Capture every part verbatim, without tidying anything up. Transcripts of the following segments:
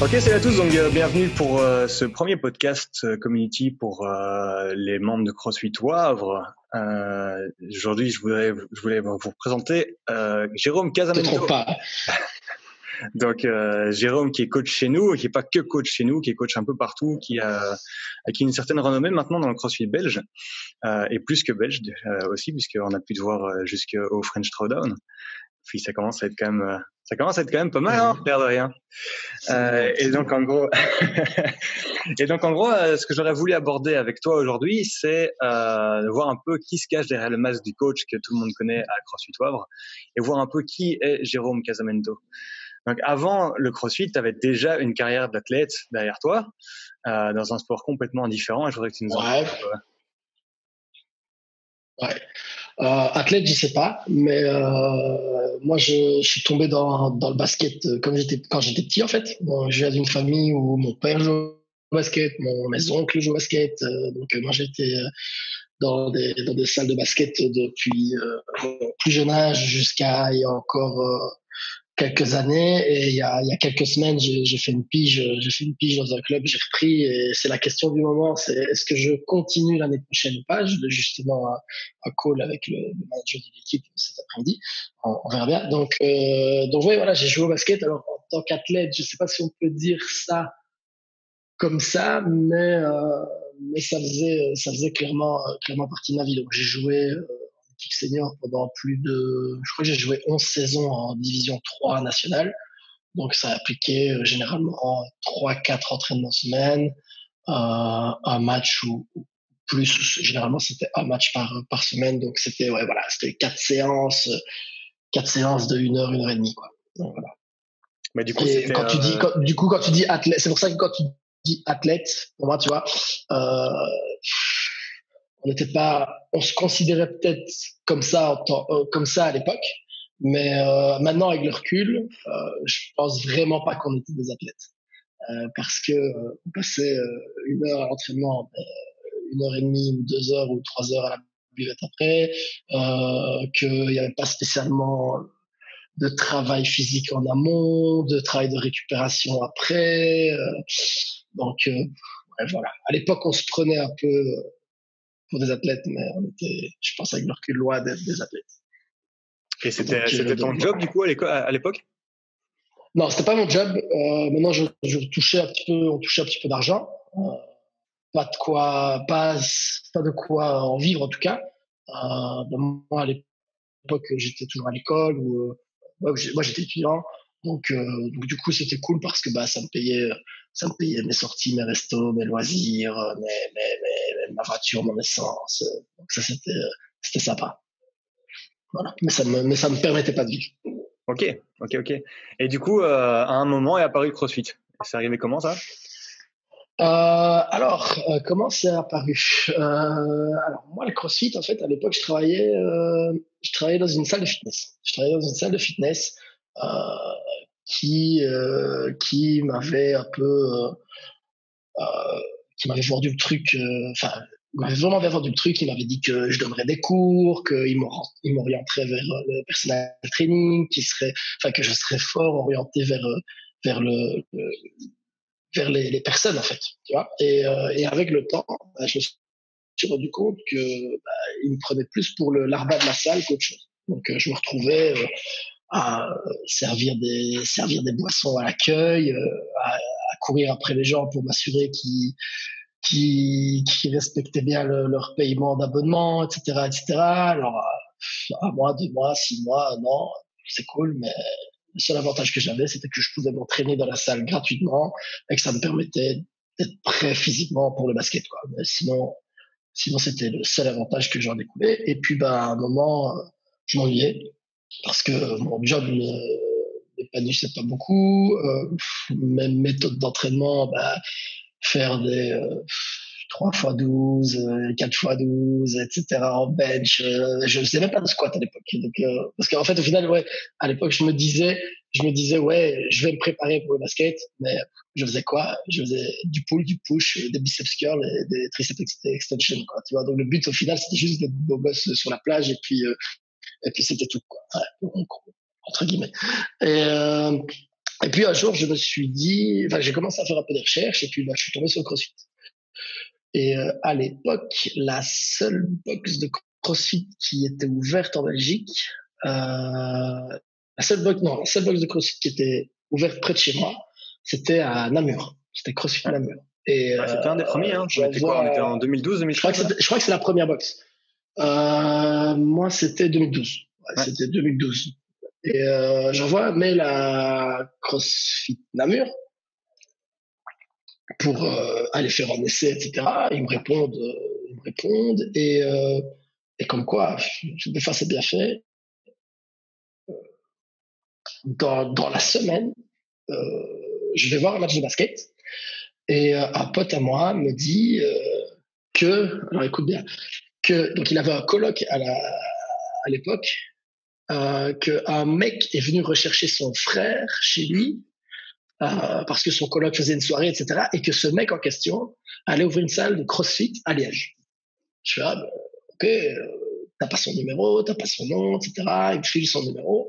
Ok, salut à tous, donc euh, bienvenue pour euh, ce premier podcast euh, community pour euh, les membres de CrossFit Wavre. Euh, aujourd'hui, je voulais, je voulais vous présenter euh, Jérôme Te trompe Casamento. pas. Donc euh, Jérôme qui est coach chez nous, et qui est pas que coach chez nous, qui est coach un peu partout, qui a, qui a une certaine renommée maintenant dans le CrossFit belge, euh, et plus que belge euh, aussi, puisqu'on a pu te voir euh, jusqu'au French Throwdown. Puis ça commence à être quand même, euh, ça commence à être quand même pas mal, hein, l'air de rien. Euh, et donc en gros, et donc en gros, euh, ce que j'aurais voulu aborder avec toi aujourd'hui, c'est euh, de voir un peu qui se cache derrière le masque du coach que tout le monde connaît à CrossFit Wavre, et voir un peu qui est Jérôme Casamento. Donc avant le CrossFit, tu avais déjà une carrière d'athlète derrière toi, euh, dans un sport complètement différent. Et je voudrais que tu nous en Ouais. parles. Ouais. Euh, athlète, je sais pas, mais euh, moi je, je suis tombé dans, dans le basket euh, comme j'étais quand j'étais petit en fait. Bon, je viens d'une famille où mon père joue au basket, mon, mes oncles jouent au basket, euh, donc euh, moi j'étais euh, dans des dans des salles de basket depuis euh, mon plus jeune âge jusqu'à il y a encore euh, quelques années, et il y a, il y a quelques semaines, j'ai, j'ai fait une pige, j'ai fait une pige dans un club, j'ai repris, et c'est la question du moment, c'est est-ce que je continue l'année prochaine ou pas? J'ai justement un, un call avec le, le manager de l'équipe cet après-midi, on, on verra bien. Donc, euh, donc oui, voilà, j'ai joué au basket. Alors en tant qu'athlète, je sais pas si on peut dire ça comme ça, mais euh, mais ça faisait ça faisait clairement clairement partie de ma vie. Donc j'ai joué euh, en équipe senior pendant plus de, je crois que j'ai joué onze saisons en division trois nationale. Donc ça impliquait euh, généralement trois quatre entraînements semaine, euh, un match ou, ou plus. Généralement c'était un match par par semaine. Donc c'était ouais voilà, c'était quatre séances, quatre séances de une heure, une heure et demie quoi. Donc, voilà. Mais du coup, Et c'était quand tu dis, euh, quand, du coup, quand tu dis athlète, c'est pour ça que quand tu dis athlète, pour moi, tu vois, euh, on n'était pas, on se considérait peut-être comme ça, en temps- euh, comme ça à l'époque, mais euh, maintenant avec le recul, euh, je pense vraiment pas qu'on était des athlètes, euh, parce que euh, on passait euh, une heure à l'entraînement, euh, une heure et demie ou deux heures ou trois heures à la buvette après, euh, qu'il n'y avait pas spécialement de travail physique en amont, de travail de récupération après. Euh, donc, euh, ouais, voilà. À l'époque, on se prenait un peu pour des athlètes, mais on était, je pense, avec le recul, loin d'être des athlètes. et c'était Donc, euh, c'était ton donc job voilà. du coup à l'éco- à l'époque. Non, c'était pas mon job. Euh, maintenant, je, je touchais un petit peu, on touchait un petit peu d'argent. Euh, pas de quoi, pas, pas de quoi en vivre en tout cas. Euh, ben, moi, à l'époque, j'étais toujours à l'école ou euh, ouais, moi j'étais étudiant, donc, euh, donc du coup c'était cool parce que bah ça me payait, ça me payait mes sorties, mes restos, mes loisirs, mes, mes, mes, ma voiture, mon essence. Donc ça c'était c'était sympa. Voilà. Mais ça me mais ça me permettait pas de vivre. Ok, ok, ok. Et du coup, euh, à un moment est apparu le CrossFit. C'est arrivé comment ça? Euh, alors, euh, comment c'est apparu? Euh, alors moi, le CrossFit, en fait, à l'époque, je travaillais, euh, je travaillais dans une salle de fitness. Je travaillais dans une salle de fitness euh, qui euh, qui m'avait un peu, euh, euh, qui m'avait vendu le truc. euh, Enfin, il m'avait vraiment vendu le truc. Il m'avait dit que je donnerais des cours, qu'il m'orienterait vers euh, le personal training, qui serait, enfin, que je serais fort orienté vers euh, vers le, le vers les, les personnes en fait, tu vois. Et, euh, et avec le temps, bah, je me suis rendu compte que bah, il me prenait plus pour le larbat de la salle qu'autre chose. Donc euh, je me retrouvais euh, à servir des servir des boissons à l'accueil, euh, à, à courir après les gens pour m'assurer qu'ils qui, qui respectaient bien le, leur paiement d'abonnement, et cetera, et cetera. Alors, euh, un mois, deux mois, six mois, un an, c'est cool, mais le seul avantage que j'avais, c'était que je pouvais m'entraîner dans la salle gratuitement et que ça me permettait d'être prêt physiquement pour le basket, quoi. Mais sinon, sinon, c'était le seul avantage que j'en découlais. Et puis, bah, à un moment, euh, je m'ennuyais parce que mon job ne m'épanouissait pas beaucoup. Euh, mes méthodes d'entraînement, bah, faire des euh, trois fois douze, euh, quatre fois douze, et cetera en bench. Euh, je ne sais même pas de squat à l'époque. Donc, euh, parce qu'en fait, au final, ouais, à l'époque, je me disais, je me disais, ouais, je vais me préparer pour le basket, mais je faisais quoi? Je faisais du pull, du push, des biceps curls et des triceps extension, quoi. Tu vois, donc le but au final, c'était juste d'être beau gosse sur la plage et puis, euh, et puis c'était tout, quoi. Ouais, donc, entre guillemets. Et, euh, Et puis un jour, je me suis dit, enfin, j'ai commencé à faire un peu de recherches et puis bah, je suis tombé sur le CrossFit. Et euh, à l'époque, la seule box de CrossFit qui était ouverte en Belgique, euh, la seule box, non, la seule box de CrossFit qui était ouverte près de chez moi, c'était à Namur. C'était CrossFit Ouais. Namur. Et Ouais, c'était un des premiers. euh, Hein. On j'en était quoi? On était vois, en deux mille douze, je crois que deux mille treize. c'était, je crois que c'est la première box. Euh, moi, c'était deux mille douze. Ouais, Ouais. c'était deux mille douze. Et euh, j'envoie un mail à CrossFit Namur pour euh, aller faire un essai, et cetera. Ils me répondent, euh, ils me répondent et, euh, et comme quoi, des fois c'est bien fait. Dans, dans la semaine, euh, je vais voir un match de basket et euh, un pote à moi me dit euh, que, alors écoute bien, que donc il avait un coloc à la à l'époque, euh, qu'un mec est venu rechercher son frère chez lui euh, parce que son coloc faisait une soirée, et cetera. Et que ce mec en question allait ouvrir une salle de CrossFit à Liège. Je fais, ah, ben, ok, euh, t'as pas son numéro, t'as pas son nom, et cetera. Il me file son numéro.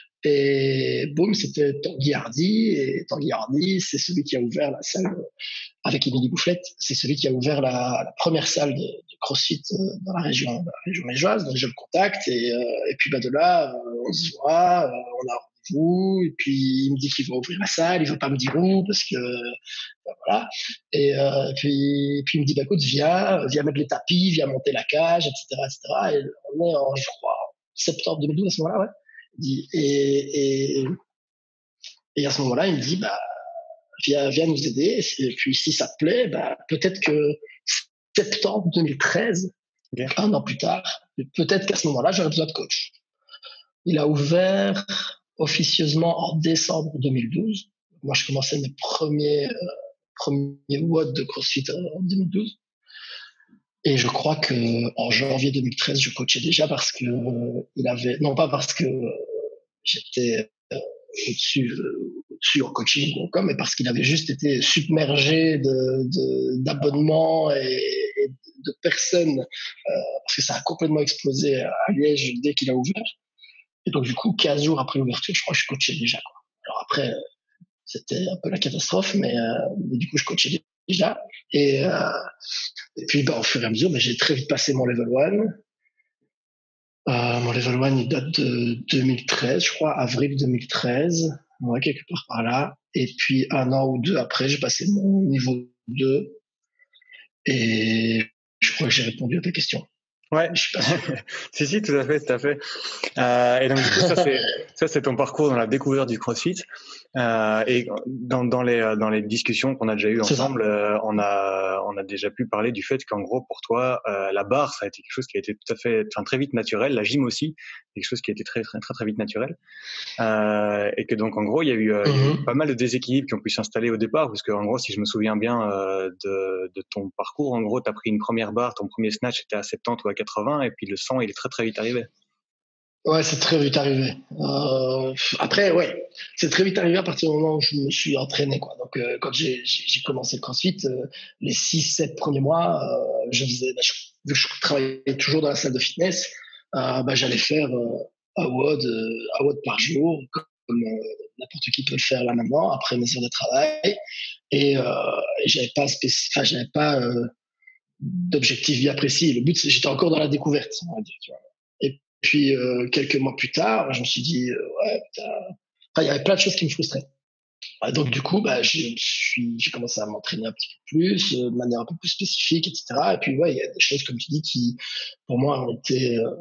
Et boum, c'était Tanguy Hardy. Et Tanguy Hardy, c'est celui qui a ouvert la salle avec Émilie Boufflette. C'est celui qui a ouvert la, la première salle de, de CrossFit dans la région, dans la région liégeoise. Donc je le contacte et, euh, et puis bah, de là, on se voit, on a rendez-vous. Et puis il me dit qu'il va ouvrir la salle. Il veut pas me dire où parce que bah, voilà. Et euh, puis, puis il me dit bah écoute, viens, viens mettre les tapis, viens monter la cage, et cetera, et cetera. Et on est en, je crois, septembre deux mille douze à ce moment-là, ouais. Et, et, et à ce moment-là, il me dit, bah, viens, viens nous aider. Et puis, si ça te plaît, bah, peut-être que septembre deux mille treize, okay. un an plus tard, peut-être qu'à ce moment-là, j'aurais besoin de coach. Il a ouvert officieusement en décembre deux mille douze. Moi, je commençais mes premiers, euh, premiers W O D de CrossFit en deux mille douze. Et je crois que en janvier deux mille treize, je coachais déjà parce que euh, il avait, non pas parce que euh, j'étais euh, au-dessus, euh, au-dessus en coaching, quoi, mais parce qu'il avait juste été submergé de, de, d'abonnements et, et de personnes, euh, parce que ça a complètement explosé à Liège dès qu'il a ouvert. Et donc, du coup, quinze jours après l'ouverture, je crois que je coachais déjà, quoi. Alors après, c'était un peu la catastrophe, mais, euh, mais du coup, je coachais déjà. Et, euh, et puis, bah, au fur et à mesure, bah, j'ai très vite passé mon level one. Euh, mon level one, il date de deux mille treize, je crois, avril deux mille treize. Ouais, quelque part par là. Et puis, un an ou deux après, j'ai passé mon niveau deux. Et je crois que j'ai répondu à ta question. Ouais, je suis pas sûr. si, si, tout à fait, tout à fait. Euh, et donc, du coup, ça, c'est, ça, c'est ton parcours dans la découverte du CrossFit. Euh, et dans, dans les, dans les discussions qu'on a déjà eues ensemble, euh, on a, on a déjà pu parler du fait qu'en gros, pour toi, euh, la barre, ça a été quelque chose qui a été tout à fait, enfin, très vite naturel. La gym aussi, quelque chose qui a été très, très, très, très vite naturel. Euh, et que donc, en gros, il y a eu, euh, mm-hmm. il y a eu pas mal de déséquilibres qui ont pu s'installer au départ, parce que, en gros, si je me souviens bien euh, de, de ton parcours, en gros, tu as pris une première barre, ton premier snatch était à soixante-dix ou à quatre-vingts, et puis le cent, il est très, très vite arrivé. Ouais, c'est très vite arrivé. Euh, après, ouais, c'est très vite arrivé à partir du moment où je me suis entraîné, quoi. Donc, euh, quand j'ai, j'ai commencé le CrossFit, euh, les six, sept premiers mois, euh, je faisais, bah, je, vu que je travaillais toujours dans la salle de fitness, euh, bah, j'allais faire euh, un W O D, euh, un W O D par jour, comme euh, n'importe qui peut le faire là maintenant, après mes heures de travail. Et, euh, et j'avais pas spécif... enfin, j'avais pas euh, d'objectif bien précis. Le but, c'est j'étais encore dans la découverte, on va dire, tu vois. Et puis, euh, quelques mois plus tard, je me suis dit, euh, ouais, putain. Enfin, il y avait plein de choses qui me frustraient. Et donc, du coup, bah, je suis, j'ai commencé à m'entraîner un petit peu plus, euh, de manière un peu plus spécifique, et cetera. Et puis, ouais, il y a des choses, comme tu dis, qui, pour moi, ont été euh,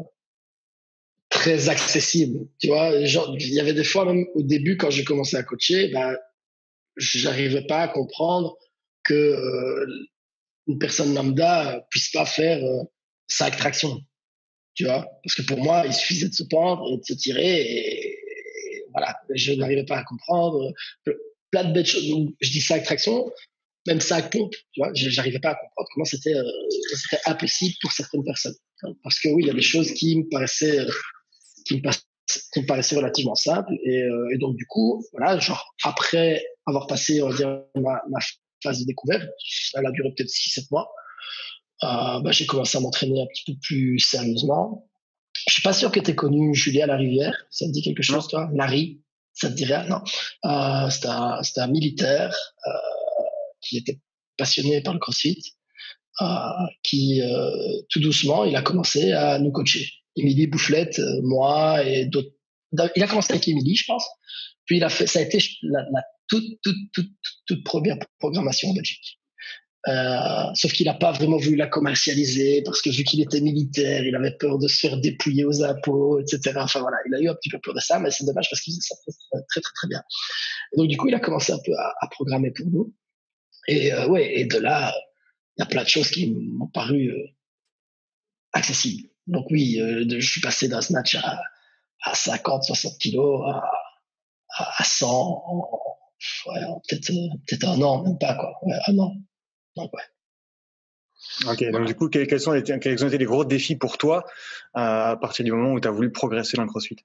très accessibles. Tu vois, genre, il y avait des fois, même au début, quand j'ai commencé à coacher, bah, j'arrivais pas à comprendre que euh, une personne lambda puisse pas faire euh, cinq tractions. Tu vois, parce que pour moi, il suffisait de se pendre et de se tirer et, et voilà, je n'arrivais pas à comprendre plein de belles choses. Donc, je dis cinq tractions, même cinq pompes, tu vois, j'arrivais pas à comprendre comment c'était, euh, c'était impossible pour certaines personnes. Parce que oui, il y a des choses qui me paraissaient, euh, qui me, qui me paraissaient relativement simples et, euh, et donc du coup, voilà, genre après avoir passé, on va dire, ma, ma phase de découverte, elle a duré peut-être six sept mois. Euh, bah, j'ai commencé à m'entraîner un petit peu plus sérieusement. Je suis pas sûr que tu aies connu Julia Larivière. Ça te dit quelque chose, toi? Larry? Ça te dit rien? Non. Euh, c'était un, c'était un militaire euh, qui était passionné par le CrossFit, euh, qui euh, tout doucement, il a commencé à nous coacher. Émilie Boufflette, euh, moi et d'autres. Il a commencé avec Émilie, je pense. Puis il a fait, ça a été la, la toute, toute, toute, toute première programmation en Belgique. Euh, sauf qu'il n'a pas vraiment voulu la commercialiser parce que vu qu'il était militaire, il avait peur de se faire dépouiller aux impôts, et cetera. Enfin voilà, il a eu un petit peu peur de ça, mais c'est dommage parce qu'il faisait ça très, très, très, très bien. Et donc du coup, il a commencé un peu à, à programmer pour nous. Et euh, ouais, et de là, il y a plein de choses qui m'ont paru euh, accessibles. Donc oui, euh, de, je suis passé d'un snatch à, à cinquante, soixante kilos à, à, à cent en, ouais, peut-être, peut-être un an, même pas quoi. Ouais, un an. Donc ouais. Ok, donc du coup, quels, quels, sont les, quels ont été les gros défis pour toi euh, à partir du moment où tu as voulu progresser dans le CrossFit?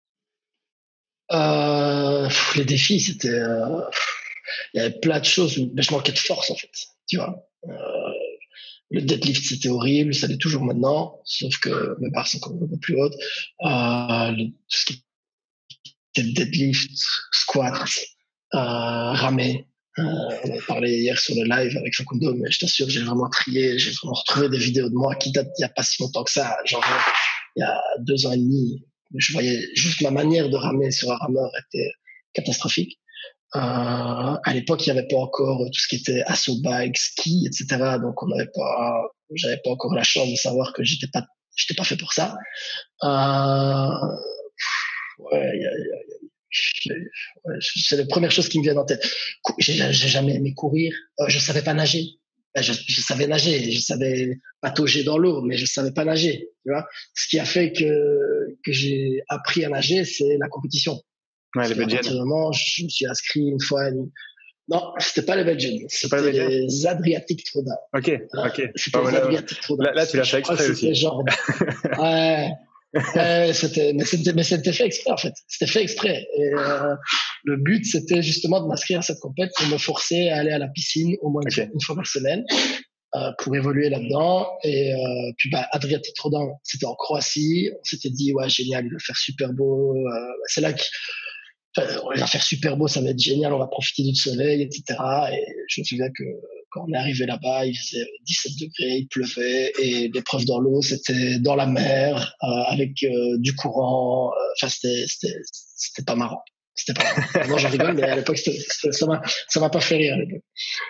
euh, Les défis, c'était... Euh, il y avait plein de choses où ben, je manquais de force en fait, tu vois. Euh, le deadlift, c'était horrible, ça l'est toujours maintenant, sauf que mes barres sont quand même un peu plus hautes. Euh, le, tout ce qui était deadlift, squat, euh, ramer. Euh, on en parlait hier sur le live avec Facundo, mais je t'assure, j'ai vraiment trié, j'ai vraiment retrouvé des vidéos de moi qui datent il n'y a pas si longtemps que ça, genre il y a deux ans et demi. Je voyais juste ma manière de ramer sur un rameur était catastrophique. Euh, à l'époque, il n'y avait pas encore tout ce qui était assaut bike, ski, et cetera. Donc, on n'avait pas, j'avais pas encore la chance de savoir que j'étais pas, j'étais pas fait pour ça. Euh, ouais, y a, y a, ouais, c'est les premières choses qui me viennent en tête. J'ai, j'ai jamais aimé courir. Euh, je savais pas nager. Je, je savais nager, je savais patauger dans l'eau, mais je savais pas nager. Tu vois, ce qui a fait que que j'ai appris à nager, c'est la compétition. Ouais, les Parce qu'à Belgiennes. partir du moment, je me suis inscrit une fois. Une... Non, c'était pas les Belgiennes, c'était les, les Adriatic Throwdown. Ok, ok. C'était ah, les voilà. Adriatic Throwdown. Là, là, tu l'as fait exprès aussi. Genre... ouais. Ouais, c'était, mais c'était, mais c'était fait exprès en fait. C'était fait exprès. Et euh, le but, c'était justement de m'inscrire à cette compète pour me forcer à aller à la piscine au moins okay. une, une fois par semaine euh, pour évoluer là-dedans. Et euh, puis bah, Adriatic Throwdown, c'était en Croatie. On s'était dit ouais génial, il va faire super beau. Euh, c'est là que enfin, on va faire super beau, ça va être génial, on va profiter du soleil, et cetera. Et je me souviens que quand on est arrivé là-bas, il faisait dix-sept degrés, il pleuvait, et l'épreuve dans l'eau, c'était dans la mer, euh, avec euh, du courant. Enfin, euh, c'était, c'était, c'était pas marrant. C'était pas marrant. Moi, j'en rigole, mais à l'époque, c'était, c'était, ça m'a, ça m'a pas fait rire à l'époque.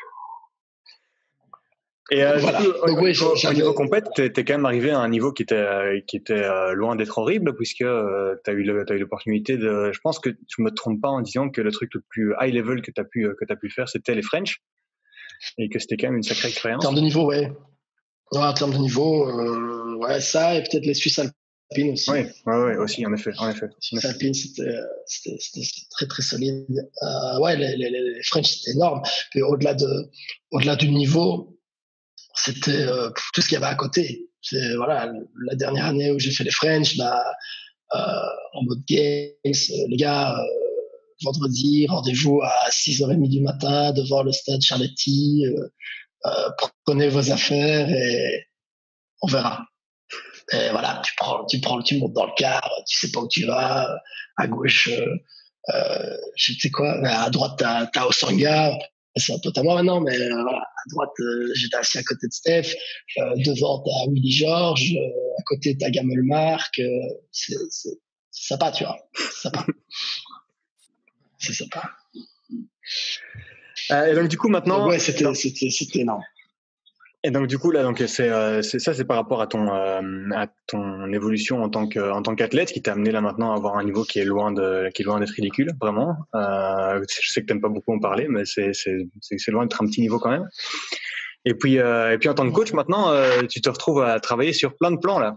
Et euh, voilà. Du coup, Donc, au, oui, niveau, au niveau compète, t'es, t'es quand même arrivé à un niveau qui était, qui était euh, loin d'être horrible, puisque euh, t'as eu, le, t'as eu l'opportunité de. Je pense que je me trompe pas en disant que le truc le plus high level que t'as pu, que t'as pu faire, c'était les French, et que c'était quand même une sacrée expérience. En termes de niveau, ouais. Ouais, en termes de niveau, euh, ouais, ça et peut-être les Suisses alpines aussi. Oui, ouais, ouais, aussi, en effet, en effet. Suisses alpines, c'était, c'était, c'était très très solide. Euh, ouais, les, les, les French, c'était énorme. Puis au-delà de, au-delà du niveau, c'était euh, tout ce qu'il y avait à côté. C'est, voilà, la dernière année où j'ai fait les French, bah, euh, en mode games, les gars, euh, vendredi, rendez-vous à six heures trente du matin devant le stade Charletti, euh, euh, prenez vos affaires et on verra. Et voilà, tu prends, tu prends, tu montes dans le car, tu sais pas où tu vas, à gauche, euh, euh, je sais quoi, à droite t'as, t'as Osanga, c'est un pote à moi maintenant, mais euh, voilà, à droite, euh, j'étais assis à côté de Steph, euh, devant t'as Willy George, euh, à côté t'as Gamel Marc, euh, c'est, c'est, c'est sympa, tu vois, c'est sympa. C'est sympa. Euh, et donc du coup maintenant. Donc, ouais, c'était, non. c'était, c'était énorme. Et donc du coup là, donc c'est, euh, c'est ça, c'est par rapport à ton euh, à ton évolution en tant que en tant qu'athlète qui t'a amené là maintenant à avoir un niveau qui est loin de qui est loin d'être ridicule, vraiment. Euh, je sais que t'aimes pas beaucoup en parler, mais c'est c'est c'est, c'est loin d'être un petit niveau quand même. Et puis euh, et puis en tant que coach maintenant, euh, tu te retrouves à travailler sur plein de plans là.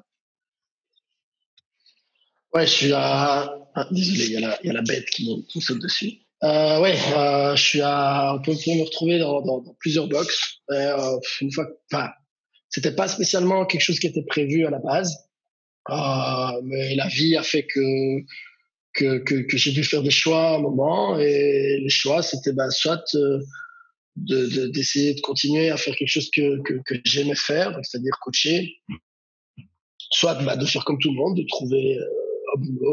Ouais, je suis à ah, désolé, il y a la il y a la bête qui qui me saute dessus. Euh, ouais, euh, je suis à, on peut, on peut me retrouver dans, dans, dans plusieurs box. Euh, une fois, enfin, c'était pas spécialement quelque chose qui était prévu à la base, euh, mais la vie a fait que que, que que j'ai dû faire des choix à un moment, et les choix c'était bah, soit euh, de, de d'essayer de continuer à faire quelque chose que que, que j'aimais faire, c'est-à-dire coacher, soit bah, de faire comme tout le monde, de trouver euh, un boulot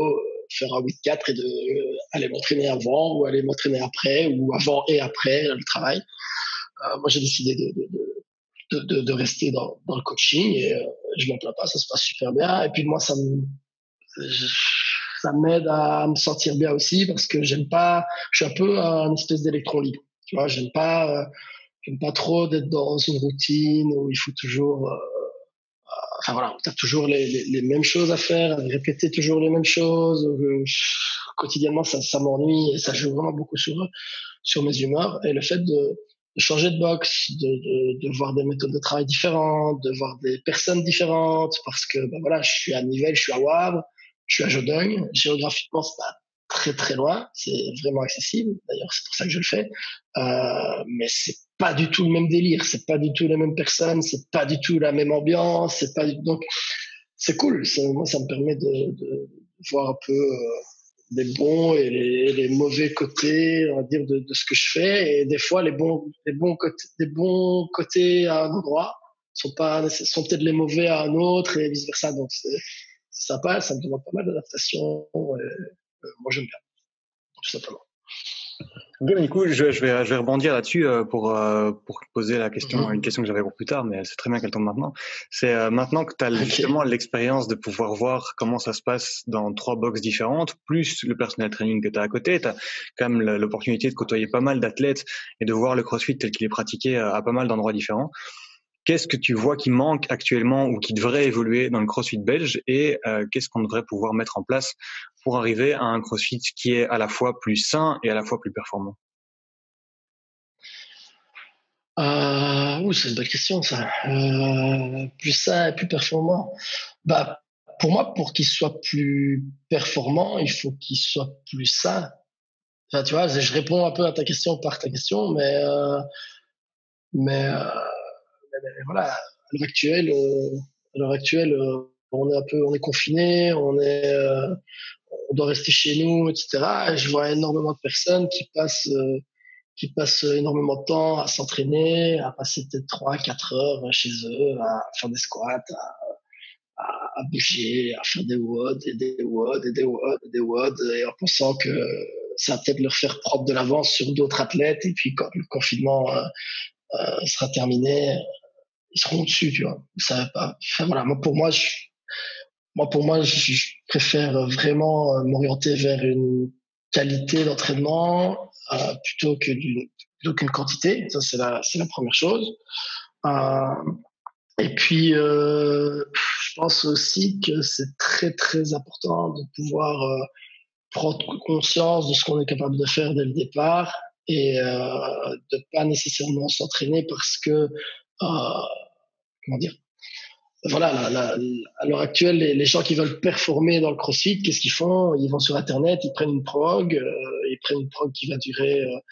faire un huit quatre et de euh, aller m'entraîner avant ou aller m'entraîner après ou avant et après le travail. Euh, moi, j'ai décidé de, de, de, de, de rester dans, dans le coaching et euh, je m'en plains pas, ça se passe super bien. Et puis moi, ça me, ça m'aide à me sentir bien aussi parce que j'aime pas, je suis un peu un espèce d'électron libre. Tu vois, j'aime pas, euh, j'aime pas trop d'être dans une routine où il faut toujours, euh, enfin voilà, t'as toujours les, les, les mêmes choses à faire, répéter toujours les mêmes choses. Euh, quotidiennement, ça, ça m'ennuie et ça joue vraiment beaucoup sur sur mes humeurs. Et le fait de, de changer de box, de, de, de voir des méthodes de travail différentes, de voir des personnes différentes, parce que ben voilà, je suis à Nivelles, je suis à Wavre, je suis à Jodogne. Géographiquement, c'est pas très très loin, c'est vraiment accessible. D'ailleurs, c'est pour ça que je le fais. Euh, mais c'est pas du tout le même délire, c'est pas du tout les mêmes personnes, c'est pas du tout la même ambiance, c'est pas du... donc c'est cool. C'est, moi, ça me permet de, de voir un peu euh, les bons et les, les mauvais côtés, on va dire, de, de ce que je fais. Et des fois, les bons, les bons côtés, les bons côtés à un endroit sont pas, sont peut-être les mauvais à un autre et vice versa. Donc c'est, c'est sympa, ça me demande pas mal d'adaptation. Et, euh, moi, j'aime bien, tout simplement. Ok, mais du coup, je, je, vais, je vais rebondir là-dessus euh, pour, euh, pour poser la question, Mm-hmm. une question que j'avais pour plus tard, mais c'est très bien qu'elle tombe maintenant. C'est euh, maintenant que tu as Okay. justement l'expérience de pouvoir voir comment ça se passe dans trois boxes différentes, plus le personnel training que tu as à côté, tu as quand même l'opportunité de côtoyer pas mal d'athlètes et de voir le CrossFit tel qu'il est pratiqué à, à pas mal d'endroits différents. Qu'est-ce que tu vois qui manque actuellement ou qui devrait évoluer dans le CrossFit belge et euh, qu'est-ce qu'on devrait pouvoir mettre en place pour arriver à un CrossFit qui est à la fois plus sain et à la fois plus performant? Euh, ouh, c'est une bonne question, ça. Euh, plus sain et plus performant. Bah, pour moi, pour qu'il soit plus performant, il faut qu'il soit plus sain. Enfin, tu vois, je réponds un peu à ta question par ta question, mais, euh, mais, euh, mais voilà, à l'heure actuelle, euh, à l'heure actuelle, euh, on est un peu, on est confiné, on est, euh, on doit rester chez nous, et cetera. Et je vois énormément de personnes qui passent, euh, qui passent énormément de temps à s'entraîner, à passer peut-être trois, quatre heures chez eux, à faire des squats, à, à, à bouger, à faire des W O D, et des W O D, et des W O D, et des W O D, et en pensant que ça va peut-être leur faire prendre de l'avance sur d'autres athlètes, et puis quand le confinement euh, euh, sera terminé, ils seront au-dessus, tu vois. Ça va pas. Enfin, voilà, moi, pour moi, je, moi, pour moi, je, je préfère vraiment m'orienter vers une qualité d'entraînement euh, plutôt que du, plutôt qu'une quantité. Ça, c'est la, c'est la première chose. Euh, et puis, euh, je pense aussi que c'est très, très important de pouvoir euh, prendre conscience de ce qu'on est capable de faire dès le départ et euh, de pas nécessairement s'entraîner parce que, euh, comment dire, voilà, la, la, à l'heure actuelle, les, les gens qui veulent performer dans le CrossFit, qu'est-ce qu'ils font? Ils vont sur Internet, ils prennent une prog, euh, ils prennent une prog qui va durer, euh,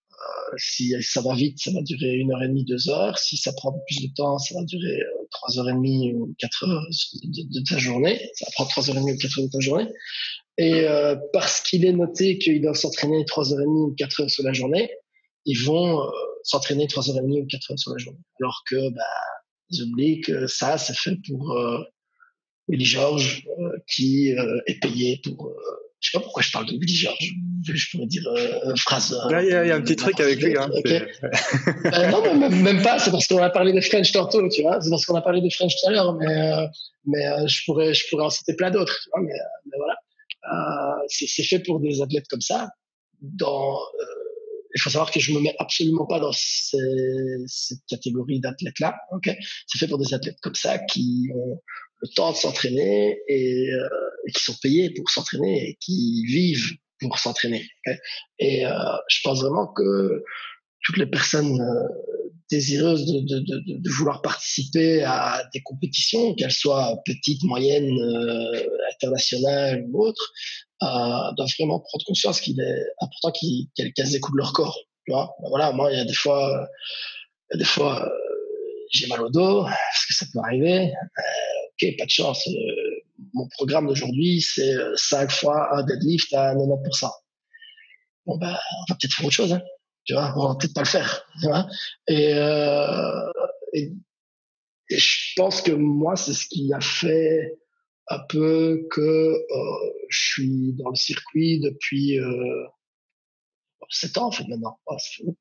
si ça va vite, ça va durer une heure et demie, deux heures. Si ça prend plus de temps, ça va durer euh, trois heures et demie ou quatre heures de, de, de ta journée. Ça va prendre trois heures et demie ou quatre heures de ta journée. Et euh, parce qu'il est noté qu'ils doivent s'entraîner trois heures et demie ou quatre heures sur la journée, ils vont euh, s'entraîner trois heures et demie ou quatre heures sur la journée. Alors que, bah, ils oublient que ça, c'est fait pour euh, Willy Georges, euh, qui euh, est payé pour... Euh, je sais pas pourquoi je parle de Willy Georges. Je pourrais dire euh, phrase... Il y, a, il y a un petit truc avec lui. Hein, okay. euh, non, même, même pas. C'est parce qu'on a parlé de French tantôt, tu vois. C'est parce qu'on a parlé de French tout à l'heure. Mais, euh, mais euh, je, pourrais, je pourrais en citer plein d'autres. Tu vois, mais, mais voilà. Euh, c'est, c'est fait pour des athlètes comme ça. Dans... Euh, il faut savoir que je me mets absolument pas dans ces, cette catégorie d'athlètes-là. Okay, c'est fait pour des athlètes comme ça qui ont le temps de s'entraîner et, euh, et qui sont payés pour s'entraîner et qui vivent pour s'entraîner. Okay, et euh, je pense vraiment que toutes les personnes euh, désireuses de, de, de, de vouloir participer à des compétitions, qu'elles soient petites, moyennes, euh, internationales ou autres, euh, doivent vraiment prendre conscience qu'il est important qu'ils, qu'elles écoutent leur corps. Tu vois, ben voilà, moi, il y a des fois, il y a des fois, euh, j'ai mal au dos, parce que ça peut arriver. Euh, ok, pas de chance. Euh, mon programme d'aujourd'hui, c'est cinq fois un deadlift à quatre-vingt-dix pour cent. Bon, ben, on va peut-être faire autre chose, hein. Tu vois, on va peut-être pas le faire. Tu vois, et, euh, et, et je pense que moi, c'est ce qui a fait un peu que euh, je suis dans le circuit depuis euh, sept ans en fait maintenant. Oh,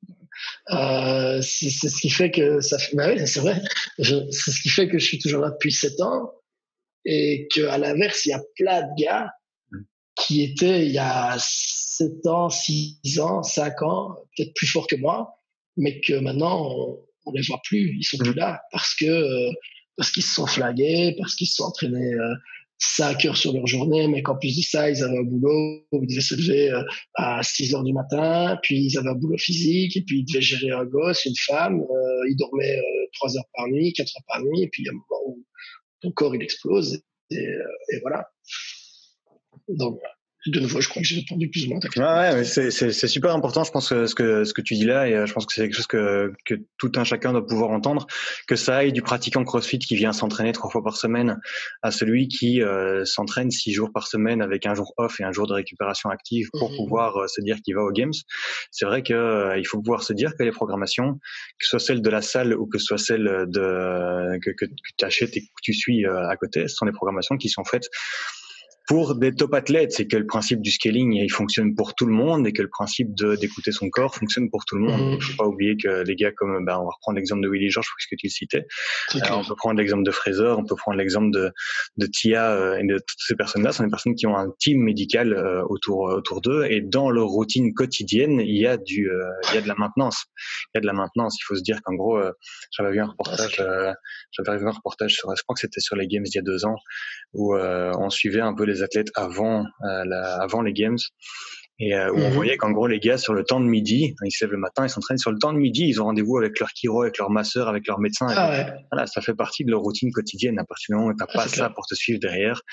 euh, c'est, c'est ce qui fait que ça fait, bah oui, c'est vrai. Je, c'est ce qui fait que je suis toujours là depuis sept ans et qu'à l'inverse, il y a plein de gars qui étaient il y a sept ans, six ans, cinq ans, peut-être plus forts que moi, mais que maintenant on, on les voit plus, ils sont plus là parce que euh, parce qu'ils se sont flagués, parce qu'ils se sont entraînés euh, cinq heures sur leur journée, mais qu'en plus de ça, ils avaient un boulot où ils devaient se lever euh, à six heures du matin, puis ils avaient un boulot physique, et puis ils devaient gérer un gosse, une femme, euh, ils dormaient euh, trois heures par nuit, quatre heures par nuit, et puis il y a un moment où ton corps il explose, et, euh, et voilà. Donc, de nouveau, je crois que j'ai répondu plus ou moins à ta Ouais, question. ouais, mais c'est, c'est, c'est super important, je pense, que ce que, ce que tu dis là, et euh, je pense que c'est quelque chose que, que tout un chacun doit pouvoir entendre, que ça aille du pratiquant CrossFit qui vient s'entraîner trois fois par semaine à celui qui euh, s'entraîne six jours par semaine avec un jour off et un jour de récupération active pour Mmh. pouvoir euh, se dire qu'il va aux Games. C'est vrai que euh, il faut pouvoir se dire que les programmations, que ce soit celle de la salle ou que ce soit celle de que, que, que tu achètes et que tu suis euh, à côté, ce sont des programmations qui sont faites pour des top athlètes. C'est que le principe du scaling, il fonctionne pour tout le monde et que le principe de, d'écouter son corps fonctionne pour tout le monde. Il Mmh. ne faut pas oublier que les gars comme, ben, on va reprendre l'exemple de Willy George, puisque tu le citais. Euh, on peut prendre l'exemple de Fraser, on peut prendre l'exemple de, de Tia euh, et de toutes ces personnes-là. Ce sont des personnes qui ont un team médical euh, autour, autour d'eux et dans leur routine quotidienne, il y a du, euh, il y a de la maintenance. Il y a de la maintenance. Il faut se dire qu'en gros, euh, j'avais vu un reportage, euh, j'avais vu un reportage sur, je crois que c'était sur les Games il y a deux ans, où euh, on suivait un peu les athlètes avant, euh, la, avant les Games et euh, où mmh. on voyait qu'en gros les gars sur le temps de midi, ils se lèvent le matin, ils s'entraînent sur le temps de midi, ils ont rendez-vous avec leur chiro, avec leur masseur, avec leur médecin. Ah ouais. Voilà, ça fait partie de leur routine quotidienne. À partir du moment où t'as ah, pas ça clair. Pour te suivre derrière,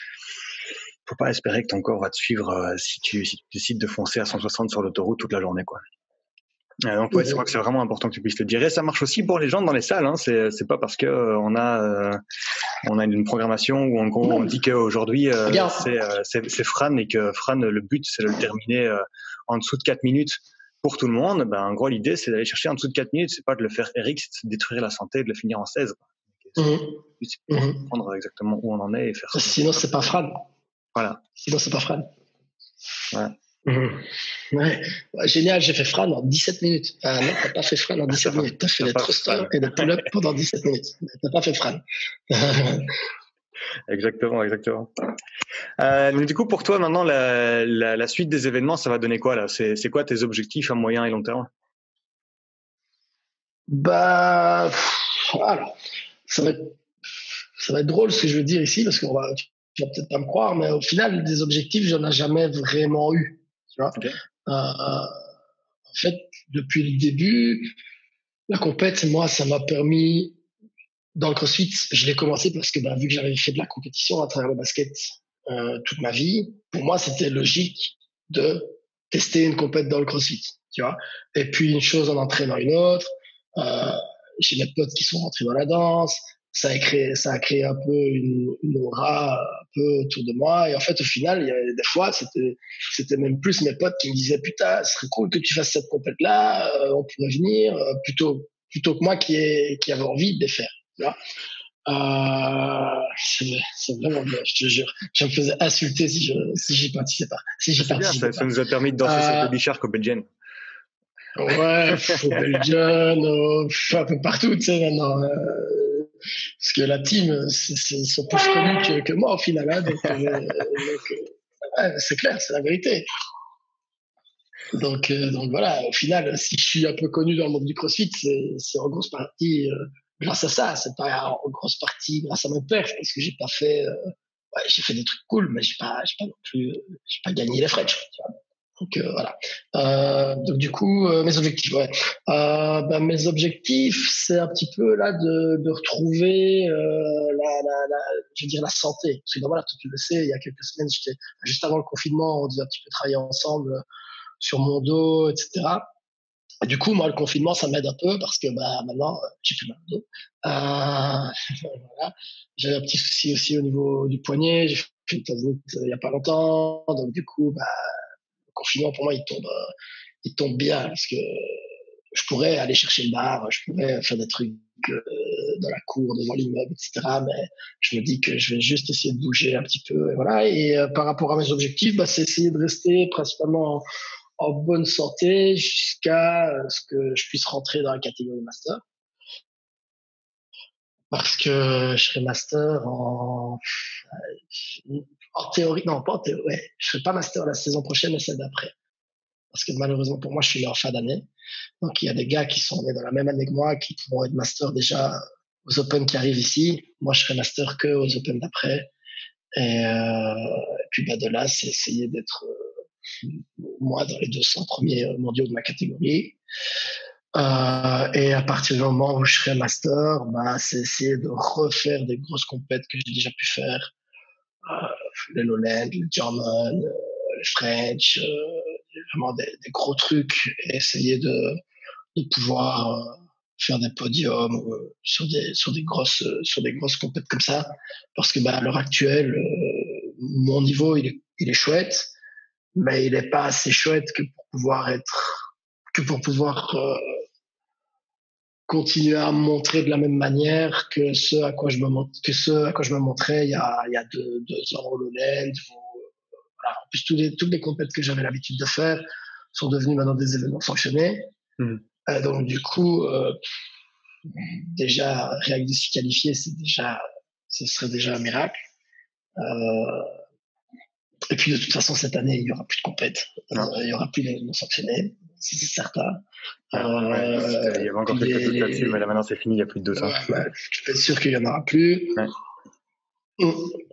faut pas espérer que ton corps va te suivre euh, si tu si tu décides de foncer à cent soixante sur l'autoroute toute la journée, quoi. Euh, donc ouais, c'est vrai que c'est vraiment important que tu puisses le dire. Et ça marche aussi pour les gens dans les salles. Hein. C'est c'est pas parce que euh, on a euh, on a une programmation où en gros on dit qu'aujourd'hui euh, c'est, euh, c'est c'est Fran et que Fran le but c'est de le terminer euh, en dessous de quatre minutes pour tout le monde. Ben en gros l'idée c'est d'aller chercher en dessous de quatre minutes. C'est pas de le faire Eric, c'est de détruire la santé, de le finir en seize. Mmh. C'est pour mmh. comprendre exactement où on en est et faire ça. Sinon c'est pas Fran. Voilà. Sinon c'est pas Fran. Ouais. Mmh. Ouais. Ouais, génial, j'ai fait Fran en dix-sept minutes. Ah non, t'as pas fait Fran en dix-sept minutes. T'as fait des thrusters et des pull-ups pendant dix-sept minutes. T'as pas fait Fran. Exactement, exactement. Euh, mais du coup, pour toi, maintenant, la, la, la suite des événements, ça va donner quoi là ? C'est, c'est quoi tes objectifs à moyen et long terme ? Bah, alors, ça va être, ça va être drôle ce que je veux dire ici parce qu'on va, tu vas peut-être pas me croire, mais au final, des objectifs, j'en ai jamais vraiment eu. Tu vois, okay. euh, en fait, depuis le début, la compète, moi, ça m'a permis, dans le CrossFit, je l'ai commencé parce que, bah, vu que j'avais fait de la compétition à travers le basket euh, toute ma vie, pour moi, c'était logique de tester une compète dans le CrossFit, tu vois. Et puis, une chose en entraînant une autre, euh, j'ai mes potes qui sont rentrés dans la danse, ça a créé, ça a créé un peu une, une aura un peu autour de moi. Et en fait, au final, il y avait des fois, c'était, c'était même plus mes potes qui me disaient, putain, ce serait cool que tu fasses cette compète-là, euh, on pourrait venir, euh, plutôt, plutôt que moi qui, ai, qui avait envie de les faire. Tu vois euh, c'est, c'est vraiment bien, je te jure. Je me faisais insulter si je, si j'y participais pas. Si j'y c'est bien, ça, pas. ça nous a permis de danser euh, sur Baby Shark au Belgian. Ouais, au Belgian, au, un peu partout, tu sais, maintenant. Euh, parce que la team, c'est, c'est, ils sont plus connus que, que moi, au final. Hein, donc, euh, donc euh, ouais, c'est clair, c'est la vérité. Donc, euh, donc voilà, au final, si je suis un peu connu dans le monde du CrossFit, c'est, c'est en grosse partie euh, grâce à ça. C'est pas en grosse partie grâce à mon père, parce que j'ai pas fait, euh, ouais, j'ai fait des trucs cool, mais j'ai pas, j'ai pas non plus, j'ai pas gagné les French, tu vois. Donc euh, voilà. Euh, donc du coup, euh, mes objectifs, ouais. Euh, ben, mes objectifs, c'est un petit peu là de, de retrouver euh, la, la, la, je veux dire la santé. Parce que ben, voilà, toi, tu le sais, il y a quelques semaines, j'étais juste avant le confinement, on devait un petit peu travailler ensemble sur mon dos, et cetera. Et du coup, moi, le confinement, ça m'aide un peu parce que bah maintenant, j'ai plus mal au dos. Euh, voilà. J'ai un petit souci aussi au niveau du poignet. J'ai fait une tendinite il y a pas longtemps, donc du coup, bah le confinement pour moi il tombe il tombe bien parce que je pourrais aller chercher le bar, je pourrais faire des trucs trucs euh, dans la cour, devant l'immeuble, et cetera. Mais je me dis que je vais juste essayer de bouger un petit peu. Et voilà. Et euh, par rapport à mes objectifs, bah, c'est essayer de rester principalement en, en bonne santé jusqu'à euh, ce que je puisse rentrer dans la catégorie master. Parce que je serai master en, en théorie, non, pas en théorie, ouais, je serai pas master la saison prochaine, mais celle d'après. Parce que malheureusement pour moi, je suis né en fin d'année. Donc il y a des gars qui sont nés dans la même année que moi, qui pourront être master déjà aux Open qui arrivent ici. Moi, je serai master que aux Open d'après. Et, euh, et puis bah, de là, c'est essayer d'être euh, moi dans les deux cents premiers mondiaux de ma catégorie. Euh, et à partir du moment où je serai master, bah, c'est essayer de refaire des grosses compètes que j'ai déjà pu faire. Euh, les Lowland, les German, euh, les French, euh, vraiment des, des gros trucs et essayer de, de pouvoir euh, faire des podiums euh, sur des sur des grosses euh, sur des grosses compètes comme ça. Parce que bah, à l'heure actuelle, euh, mon niveau il est, il est chouette, mais il n'est pas assez chouette que pour pouvoir être que pour pouvoir euh, continuer à me montrer de la même manière que ce à quoi je me montre, que ce à quoi je me montrais il y a il y a deux, deux ans au Lowland. Voilà. En plus, tous les, toutes les compétitions que j'avais l'habitude de faire sont devenus maintenant des événements sanctionnés. Mmh. Euh, donc du coup, euh, déjà rien que de s'y qualifier, c'est déjà, ce serait déjà un miracle. Euh, et puis de toute façon, cette année, il y aura plus de compètes, euh, il y aura plus d'événements sanctionnés, c'est certain. Ouais, euh, il y avait encore quelques les... doutes là-dessus, mais là maintenant c'est fini, il n'y a plus de deux cents. Ouais, bah, je peux être sûr qu'il y en aura plus. Ouais. Mmh.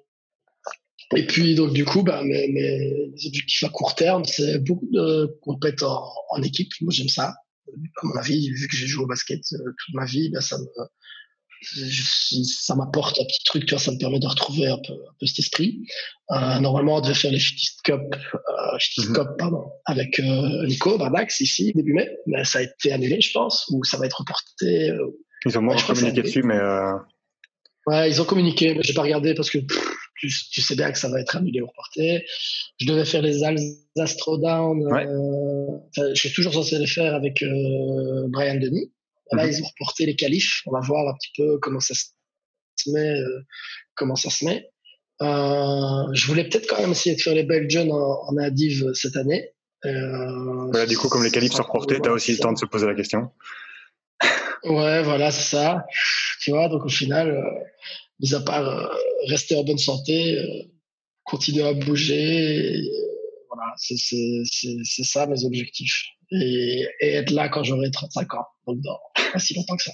Et puis donc du coup, bah, mes, mes objectifs à court terme, c'est beaucoup de compétitions en, en équipe. Moi, j'aime ça. À mon avis, vu que j'ai joué au basket euh, toute ma vie, bah, ça me, je, ça m'apporte un petit truc, tu vois, ça me permet de retrouver un peu, un peu cet esprit. Euh, normalement, on devait faire les Fitness Cup, euh, Fitness mm-hmm. Cup, pardon, avec euh, Nico Bardax ici début mai, mais ça a été annulé, je pense, ou ça va être reporté. Euh, ils ont moins ouais, communiqué dessus, mais euh... ouais, ils ont communiqué, mais j'ai pas regardé parce que pff, tu, tu sais bien que ça va être annulé ou reporté. Je devais faire les Alsace Throwdown. Ouais. Euh, je suis toujours censé les faire avec euh, Brian Denis. Là, mm-hmm. ils ont reporté les qualifs. On va voir un petit peu comment ça se met. Euh, comment ça se met. Euh, je voulais peut-être quand même essayer de faire les Belgians en, en Indiv cette année. Euh, voilà, du coup, comme les qualifs sont reportés, tu as aussi ça. le temps de se poser la question. Ouais, voilà, c'est ça. Tu vois, donc au final, euh, mis à part euh, rester en bonne santé, euh, continuer à bouger, et, euh, voilà, c'est, c'est, c'est, c'est ça mes objectifs. Et, et être là quand j'aurai trente-cinq ans, donc dans pas si longtemps que ça.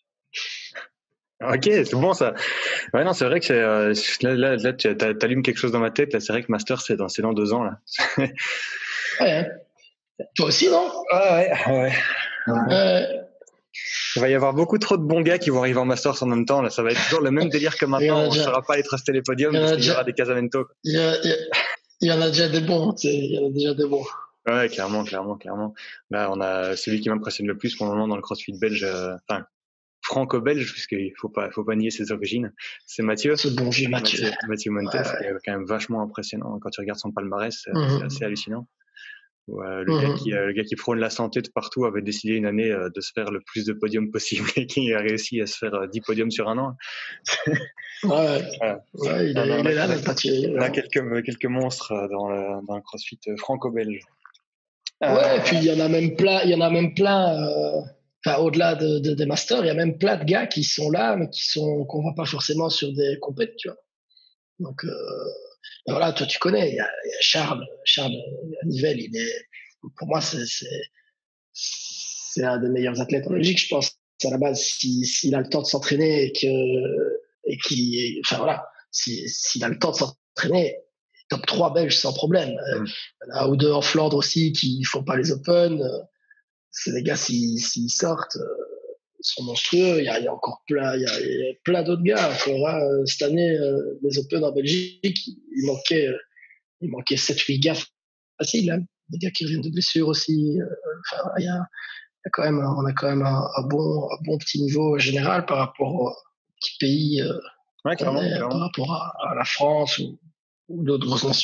Ok, c'est bon ça. Ouais, non, c'est vrai que c'est, euh, là, là, là, tu allumes quelque chose dans ma tête. Là, c'est vrai que Master, c'est dans, c'est dans deux ans là. Ouais. Toi aussi, non? Ah ouais, ouais. ouais. Euh, Il va y avoir beaucoup trop de bons gars qui vont arriver en Masters en même temps. Là, ça va être toujours le même délire que maintenant. On ne saura pas aller truster les podiums parce qu'il déjà, y aura des Casamento. Il y, a, il, y a, il y en a déjà des bons. Il y en a déjà des bons. Ouais, clairement, clairement, clairement. Là, on a celui qui m'impressionne le plus pour le moment dans le CrossFit belge, enfin euh, franco-belge, puisqu'il faut pas, faut pas nier ses origines. C'est Mathieu. Ce bon vieux Mathieu. Mathieu, Mathieu Montes, ouais, qui est quand même vachement impressionnant. Quand tu regardes son palmarès, mm-hmm. c'est assez hallucinant. Ouais, le, mmh. gars qui, euh, le gars qui prône la santé de partout avait décidé une année euh, de se faire le plus de podiums possible et qui a réussi à se faire euh, dix podiums sur un an. ouais, voilà. ouais, il, est, il est là, notre Mathieu. Il y a quelques, quelques monstres dans le, dans le CrossFit franco-belge. Ouais, euh... et puis il y en a même plein, il y en a même plein, euh, enfin, au-delà de, de, des masters, il y a même plein de gars qui sont là, mais qui sont, qu'on voit pas forcément sur des compètes, tu vois. Donc, euh, ben voilà, toi tu connais, il y a, il y a Charles, Charles Nivelle, il est, pour moi c'est, c'est, c'est un des meilleurs athlètes en Belgique, je pense. À la base, s'il si, si a le temps de s'entraîner et que, et qui, enfin voilà, s'il si, a le temps de s'entraîner, top trois belge sans problème. Mm. Il y en a un ou deux en Flandre aussi qui font pas les Open. C'est des gars s'ils si, si sortent. Ils sont monstrueux. Il y a, il y a encore plein, il y a, il y a plein d'autres gars. Encore, hein, cette année, euh, les Open en Belgique, il manquait, euh, il manquait sept huit gars faciles. Hein. Des gars qui reviennent de blessures aussi. Euh, enfin, il y a, il y a quand même, on a quand même un, un bon, un bon petit niveau général par rapport aux petits pays. Euh, ouais, clairement, est, clairement. Par rapport à, à la France ou, ou d'autres grosses nations.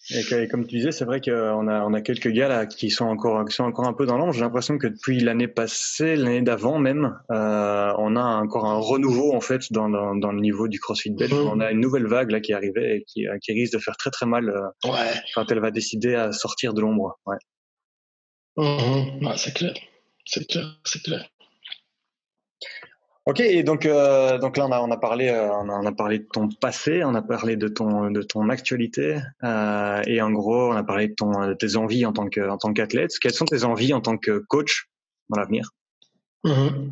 Et, que, et comme tu disais, c'est vrai qu'on a, on a quelques gars là qui sont encore, qui sont encore un peu dans l'ombre. J'ai l'impression que depuis l'année passée, l'année d'avant même, euh, on a encore un renouveau en fait dans, dans, dans le niveau du CrossFit belge. Mmh. On a une nouvelle vague là qui arrivait et qui, qui risque de faire très très mal euh, Ouais. quand elle va décider à sortir de l'ombre. Ouais. Mmh. Ouais, c'est clair, c'est clair, c'est clair. Ok, et donc euh, donc là on a on a parlé euh, on, a, on a parlé de ton passé, on a parlé de ton de ton actualité euh, et en gros on a parlé de ton de tes envies en tant que en tant qu'athlète. Quelles sont tes envies en tant que coach dans l'avenir? Mmh.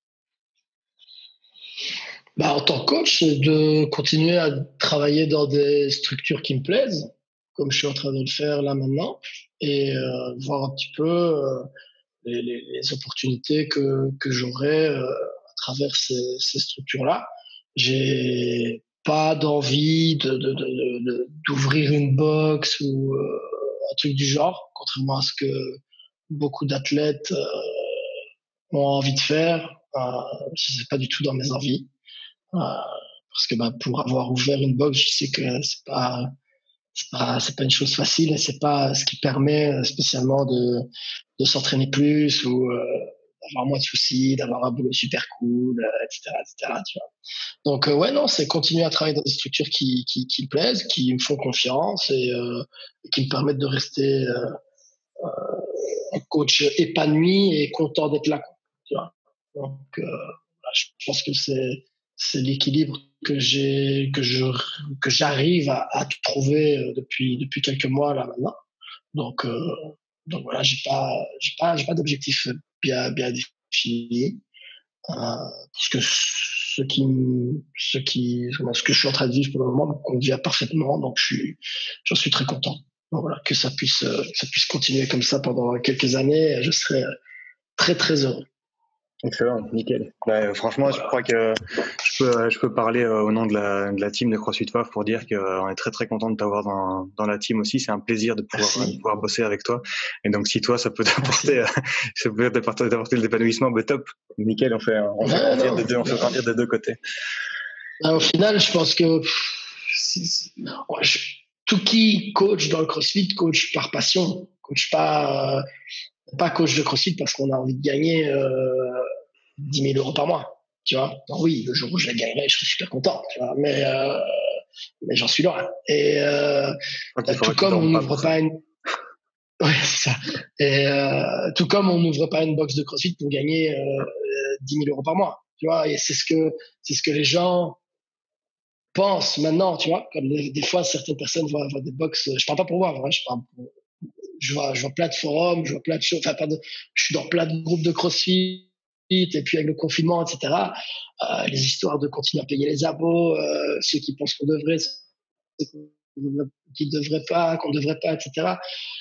Bah, en tant que coach, c'est de continuer à travailler dans des structures qui me plaisent, comme je suis en train de le faire là maintenant, et euh, voir un petit peu euh, les, les, les opportunités que, que j'aurai euh, à travers ces, ces structures-là. J'ai pas d'envie de, de, de, de, d'ouvrir une box ou euh, un truc du genre, contrairement à ce que beaucoup d'athlètes euh, ont envie de faire. Euh, c'est pas du tout dans mes envies. Euh, parce que bah, pour avoir ouvert une box, je sais que c'est pas c'est pas c'est pas une chose facile et c'est pas ce qui permet spécialement de de s'entraîner plus ou euh, d'avoir moins de soucis, d'avoir un boulot super cool, euh, et cetera, et cetera. Tu vois. Donc euh, ouais non, c'est continuer à travailler dans des structures qui qui, qui me plaisent, qui me font confiance et, euh, et qui me permettent de rester euh, un coach épanoui et content d'être là. Tu vois. Donc euh, je pense que c'est c'est l'équilibre que j'ai que je que j'arrive à, à trouver depuis depuis quelques mois là maintenant. Donc euh, donc voilà, j'ai pas j'ai pas j'ai pas d'objectif bien bien défini euh, parce que ce qui ce qui ce que je suis en train de vivre pour le moment me convient parfaitement, donc je suis j'en suis très content. Donc voilà, que ça puisse que ça puisse continuer comme ça pendant quelques années, je serai très très heureux. Excellent, nickel. Bah, franchement, Voilà. je crois que je peux, je peux parler euh, au nom de la, de la team de CrossFit F A F pour dire qu'on euh, est très très content de t'avoir dans, dans la team aussi. C'est un plaisir de pouvoir, de Merci. pouvoir bosser avec toi. Et donc, si toi, ça peut Merci. t'apporter, ça peut t'apporter, t'apporter de l'épanouissement, bah, top, nickel. On fait, on fait Ouais, grandir non, de deux, on fait grandir de deux côtés. au final, je pense que si, si, ouais, je, tout qui coach dans le CrossFit coach par passion, coach pas euh, pas coach de CrossFit parce qu'on a envie de gagner euh, dix mille euros par mois. Tu vois, donc oui, le jour où je la gagnerai, je serai super content. Tu vois, mais euh, mais j'en suis loin. Et euh, Donc, il faudra tout que tu comme on dormes pas pour n'ouvre ça. pas une ouais, c'est ça. Et euh, tout comme on n'ouvre pas une box de CrossFit pour gagner euh, dix mille euros par mois. Tu vois, et c'est ce que c'est ce que les gens pense maintenant, tu vois, comme des, des fois certaines personnes voient, voient des box, je parle pas pour moi, hein, je parle pour, je vois, je vois plein de forums, je vois plein de choses, enfin, pas de, je suis dans plein de groupes de CrossFit, et puis avec le confinement, et cetera, euh, les histoires de continuer à payer les abos, euh, ceux qui pensent qu'on devrait, ceux qui ne devraient pas, qu'on devrait pas, et cetera.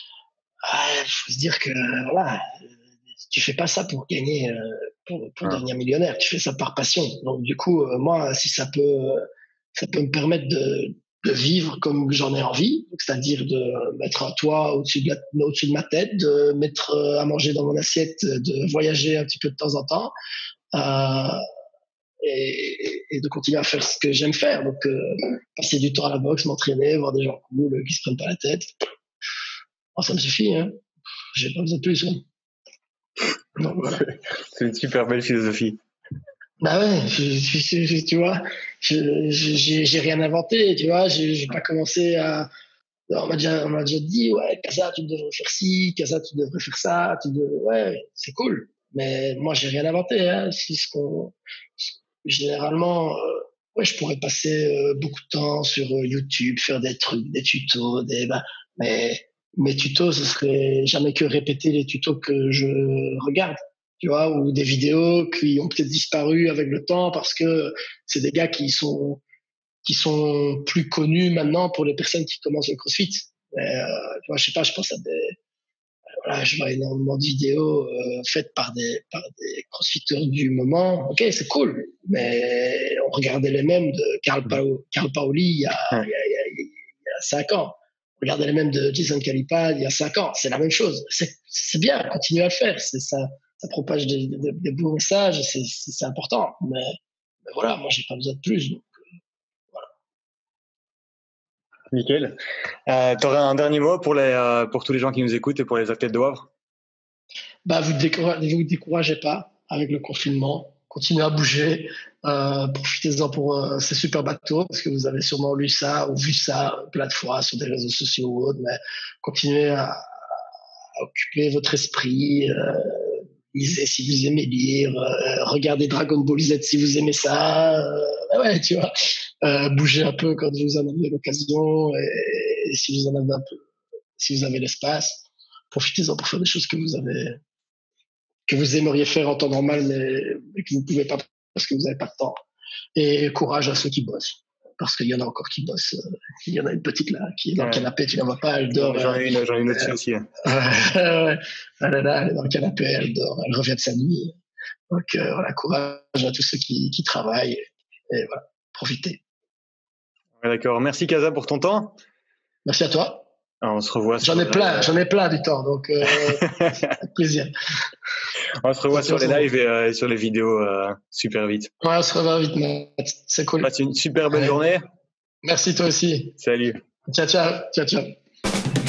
Il euh, faut se dire que, voilà, tu fais pas ça pour gagner, euh, pour, pour Ouais. devenir millionnaire, tu fais ça par passion. Donc, du coup, euh, moi, si ça peut, ça peut me permettre de, de vivre comme j'en ai envie, c'est-à-dire de mettre un toit au-dessus de, la, au-dessus de ma tête, de mettre à manger dans mon assiette, de voyager un petit peu de temps en temps, euh, et, et de continuer à faire ce que j'aime faire. Donc, euh, passer du temps à la boxe, m'entraîner, voir des gens cool qui se prennent pas la tête. Oh, ça me suffit, hein. J'ai pas besoin de plus. Hein. Donc, voilà. C'est une super belle philosophie. Bah ouais, je, je, je, tu vois, je, j'ai, j'ai rien inventé, tu vois, j'ai, j'ai pas commencé à. On m'a déjà, on m'a déjà dit, ouais, Casa, tu devrais faire ci, Casa, tu devrais faire ça, tu devrais, ouais, c'est cool. Mais moi, j'ai rien inventé, hein. C'est ce qu'on, généralement, euh, ouais, je pourrais passer euh, beaucoup de temps sur euh, YouTube, faire des trucs, des tutos, des, bah, mais mes tutos, ce serait jamais que répéter les tutos que je regarde, tu vois, ou des vidéos qui ont peut-être disparu avec le temps parce que c'est des gars qui sont qui sont plus connus maintenant pour les personnes qui commencent le CrossFit. Mais, euh, tu vois, je sais pas, je pense à des, voilà, je vois énormément de vidéos euh, faites par des, par des crossfitters du moment. Ok, c'est cool, mais on regardait les mêmes de Carl, Pao, Carl Paoli il y, a, Ouais. il, y a, il, y a, il y a cinq ans. Regardez les mêmes de Jason Calipad il y a cinq ans. C'est la même chose. C'est, c'est bien, continuez à le faire. C'est ça, ça propage des, des, des beaux messages. C'est, c'est, c'est important. Mais, mais voilà, moi, j'ai pas besoin de plus. Donc, voilà. Nickel. Euh, tu aurais un dernier mot pour, les, euh, pour tous les gens qui nous écoutent et pour les athlètes de Wavre? Bah, vous ne vous découragez pas avec le confinement. Continuez à bouger. Euh, profitez-en pour euh, ces super bateaux parce que vous avez sûrement lu ça ou vu ça plein de fois sur des réseaux sociaux ou autres. Mais continuez à, à occuper votre esprit. Euh, lisez si vous aimez lire. Euh, regardez Dragon Ball Z si vous aimez ça. Euh, ouais, tu vois. Euh, bougez un peu quand vous en avez l'occasion et, et si vous en avez un peu, si vous avez l'espace, profitez-en pour faire des choses que vous avez que vous aimeriez faire en temps normal, mais, mais que vous ne pouvez pas parce que vous n'avez pas de temps. Et courage à ceux qui bossent, parce qu'il y en a encore qui bossent. Il y en a une petite là qui est dans ouais. le canapé, tu ne la vois pas, elle dort. J'en ai une, j'en ai une aussi. aussi. Ouais. Elle est là, elle est dans le canapé, elle dort, elle revient de sa nuit. Donc euh, voilà, courage à tous ceux qui, qui travaillent. Et, et voilà, profitez. Ouais, d'accord. Merci Casa pour ton temps. Merci à toi. Alors, on se revoit. J'en ai plein, j'en ai plein du temps, donc euh, avec plaisir. On se revoit sur les lives et euh, sur les vidéos euh, super vite. Ouais, on se revoit vite, Matt. C'est cool. Passe une super bonne ouais. journée. Merci toi aussi. Salut. Ciao, ciao, ciao, ciao.